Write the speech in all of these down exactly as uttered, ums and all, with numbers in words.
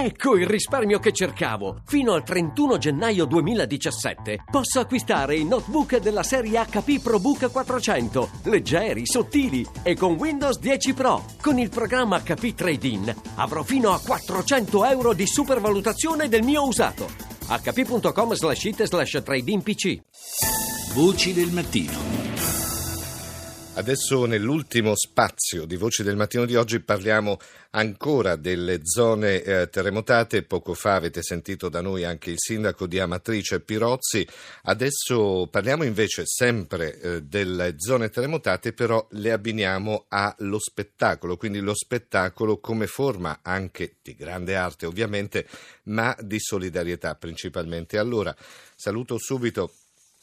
Ecco il risparmio che cercavo! Fino al trentuno gennaio duemiladiciassette posso acquistare i notebook della serie acca pi ProBook quattrocento, leggeri, sottili e con Windows dieci Pro. Con il programma acca pi Trade-in avrò fino a quattrocento euro di supervalutazione del mio usato. acca pi punto com slash it slash trade-in pc. Voci del mattino. Adesso nell'ultimo spazio di Voci del Mattino di oggi parliamo ancora delle zone eh, terremotate. Poco fa avete sentito da noi anche il sindaco di Amatrice Pirozzi. Adesso parliamo invece sempre eh, delle zone terremotate, però le abbiniamo allo spettacolo, quindi lo spettacolo come forma anche di grande arte ovviamente, ma di solidarietà principalmente. Allora saluto subito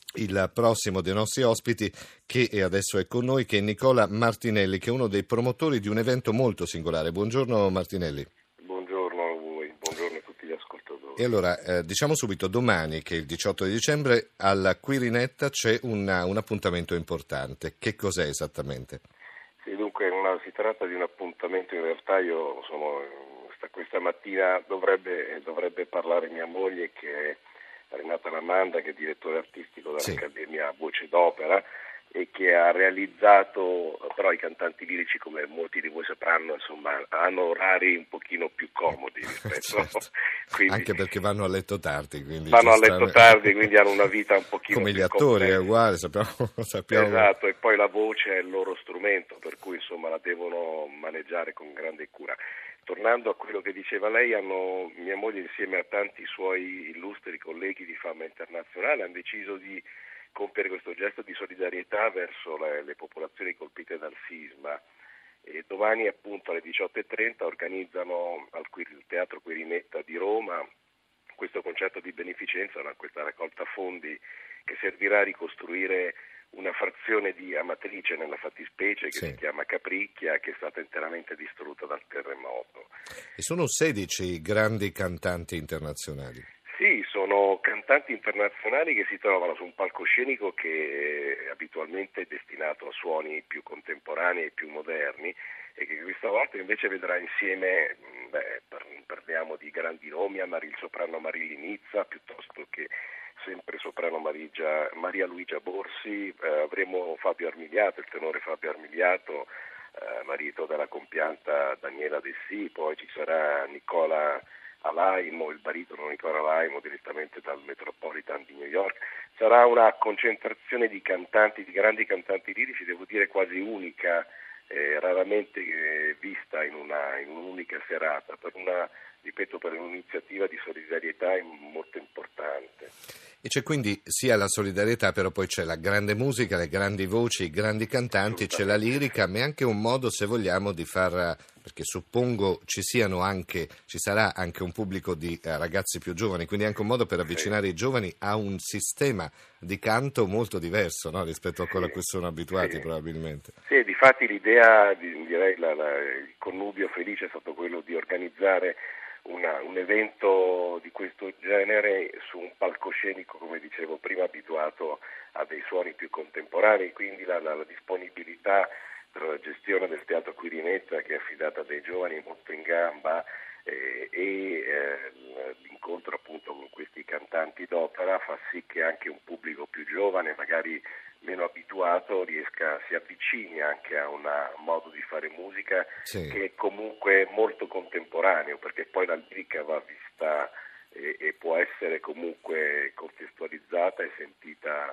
il prossimo dei nostri ospiti, che adesso è con noi, che è Nicola Martinelli, che è uno dei promotori di un evento molto singolare. Buongiorno Martinelli. Buongiorno a voi, buongiorno a tutti gli ascoltatori. E allora, eh, diciamo subito, domani, che è il diciotto di dicembre, alla Quirinetta c'è una, un appuntamento importante. Che cos'è esattamente? Sì, dunque una, si tratta di un appuntamento, in realtà io sono, questa mattina dovrebbe, dovrebbe parlare mia moglie, che è Renata Lamanda, che è direttore artistico dell'Accademia sì. Voce d'Opera, e che ha realizzato, però i cantanti lirici, come molti di voi sapranno, insomma, hanno orari un pochino più comodi rispetto certo. quindi, anche perché vanno a letto tardi, quindi vanno a letto tardi, quindi hanno una vita un pochino come più gli attori, complessa. È uguale, sappiamo, sappiamo. Esatto, e poi la voce è il loro strumento, per cui insomma la devono maneggiare con grande cura. Tornando a quello che diceva lei, hanno, mia moglie insieme a tanti suoi illustri colleghi di fama internazionale hanno deciso di compiere questo gesto di solidarietà verso le, le popolazioni colpite dal sisma. E domani appunto alle diciotto e trenta organizzano al il Teatro Quirinetta di Roma questo concerto di beneficenza, questa raccolta fondi che servirà a ricostruire una frazione di Amatrice, nella fattispecie, che sì. si chiama Capricchia, che è stata interamente distrutta dal terremoto. E sono sedici grandi cantanti internazionali. Sì, sono cantanti internazionali che si trovano su un palcoscenico che abitualmente è destinato a suoni più contemporanei e più moderni, e che questa volta invece vedrà insieme, beh, parliamo di grandi nomi, il soprano Marilì Nizza, piuttosto che sempre soprano Marigia, Maria Luigia Borsi, eh, avremo Fabio Armigliato, il tenore Fabio Armigliato, eh, marito della compianta Daniela Dessì, poi ci sarà Nicola Alaimo, il baritono Nicola Alaimo, direttamente dal Metropolitan di New York. Sarà una concentrazione di cantanti, di grandi cantanti lirici, devo dire quasi unica, eh, raramente eh, vista in, una, in un'unica serata, per una, ripeto, per un'iniziativa di solidarietà molto importante. E c'è quindi sia la solidarietà, però poi c'è la grande musica, le grandi voci, i grandi cantanti, c'è la lirica, ma è anche un modo, se vogliamo, di far, perché suppongo ci siano anche, ci sarà anche un pubblico di eh, ragazzi più giovani, quindi anche un modo per avvicinare sì. i giovani a un sistema di canto molto diverso, no? Rispetto a quello sì. a cui sono abituati sì. probabilmente. Sì, difatti l'idea, direi la, la, il connubio felice è stato quello di organizzare Una, un evento di questo genere su un palcoscenico, come dicevo prima, abituato a dei suoni più contemporanei, quindi la, la, la disponibilità per la gestione del Teatro Quirinetta, che è affidata a dei giovani molto in gamba, eh, e eh, l'incontro appunto con questi cantanti d'opera fa sì che anche un pubblico più giovane, magari meno abituato, riesca, si avvicini anche a un modo di fare musica sì. che è comunque molto contemporaneo, perché poi la lirica va vista e, e può essere comunque contestualizzata e sentita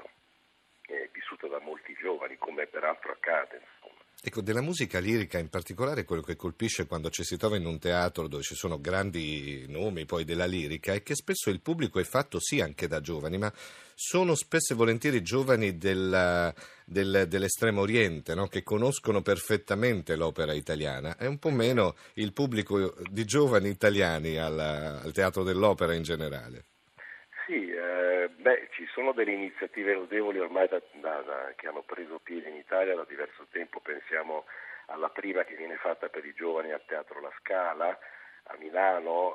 e vissuta da molti giovani, come peraltro accade, insomma. Ecco, della musica lirica in particolare quello che colpisce quando ci si trova in un teatro dove ci sono grandi nomi poi della lirica è che spesso il pubblico è fatto sì anche da giovani, ma sono spesso e volentieri giovani del, del, dell'estremo oriente, no? Che conoscono perfettamente l'opera italiana. È un po' meno il pubblico di giovani italiani al, al Teatro dell'Opera in generale. Sì, eh, beh, ci sono delle iniziative lodevoli ormai da, da, da, che hanno preso piede in Italia da diverso tempo. Pensiamo alla prima che viene fatta per i giovani al Teatro La Scala a Milano, a,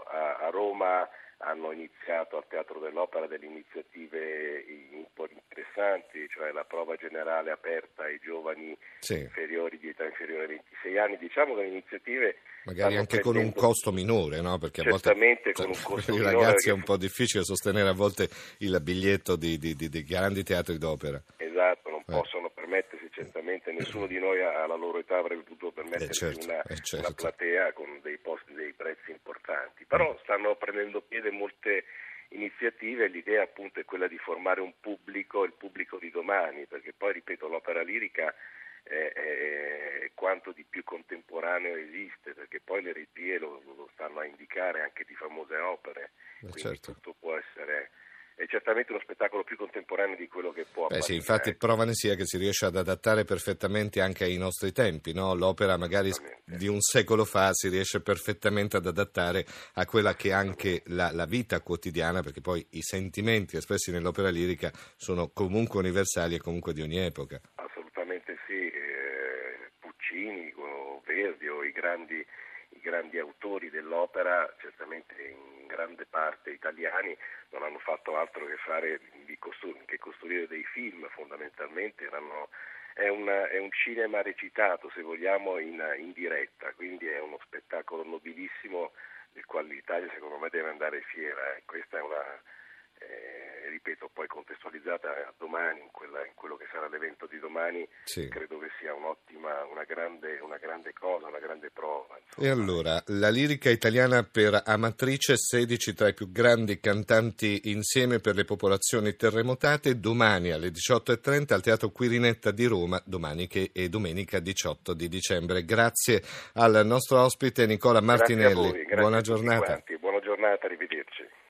Roma hanno iniziato al Teatro dell'Opera delle iniziative un po' interessanti, cioè la prova generale aperta ai giovani sì. inferiori di età inferiore ai ventisei anni. Diciamo che le iniziative magari anche con un costo minore, no? Perché a volte certamente con un costo per i minore, ragazzi è un perché... po' difficile sostenere a volte il biglietto di, di, di, di grandi teatri d'opera. Esatto, non eh. possono permettersi, certamente nessuno di noi alla loro età avrebbe potuto permettersi eh certo, una, eh certo. una platea con dei posti, dei prezzi importanti. Però stanno prendendo piede molte iniziative e l'idea appunto è quella di formare un pubblico, il pubblico di domani, perché poi ripeto l'opera lirica è, è quanto di più contemporaneo esiste, perché poi le regie lo, lo stanno a indicare anche di famose opere, eh quindi certo. tutto può essere... è certamente uno spettacolo più contemporaneo di quello che può Beh, sì, apparire. infatti prova ne sia che si riesce ad adattare perfettamente anche ai nostri tempi, no? L'opera magari di un secolo fa si riesce perfettamente ad adattare a quella che è anche la, la vita quotidiana, perché poi i sentimenti espressi nell'opera lirica sono comunque universali e comunque di ogni epoca. Assolutamente sì, eh, Puccini, o Verdi o i grandi i grandi autori dell'opera, certamente in grande parte italiani, non hanno fatto altro che fare di costru- che costruire dei film, fondamentalmente erano, è, una, è un cinema recitato, se vogliamo, in, in diretta, quindi è uno spettacolo nobilissimo del quale l'Italia secondo me deve andare fiera. Eh. Questa è una, eh, ripeto, poi contestualizzata a domani, in, quella, in quello che sarà l'evento di domani, sì. Credo che sia un'ottima, una grande, una grande cosa, una grande prova. Insomma. E allora, la lirica italiana per Amatrice, sedici tra i più grandi cantanti insieme per le popolazioni terremotate, domani alle diciotto e trenta al Teatro Quirinetta di Roma, domani che è domenica diciotto di dicembre. Grazie al nostro ospite Nicola Martinelli. Grazie a voi, grazie buona a tutti giornata. quanti. Buona giornata, arrivederci.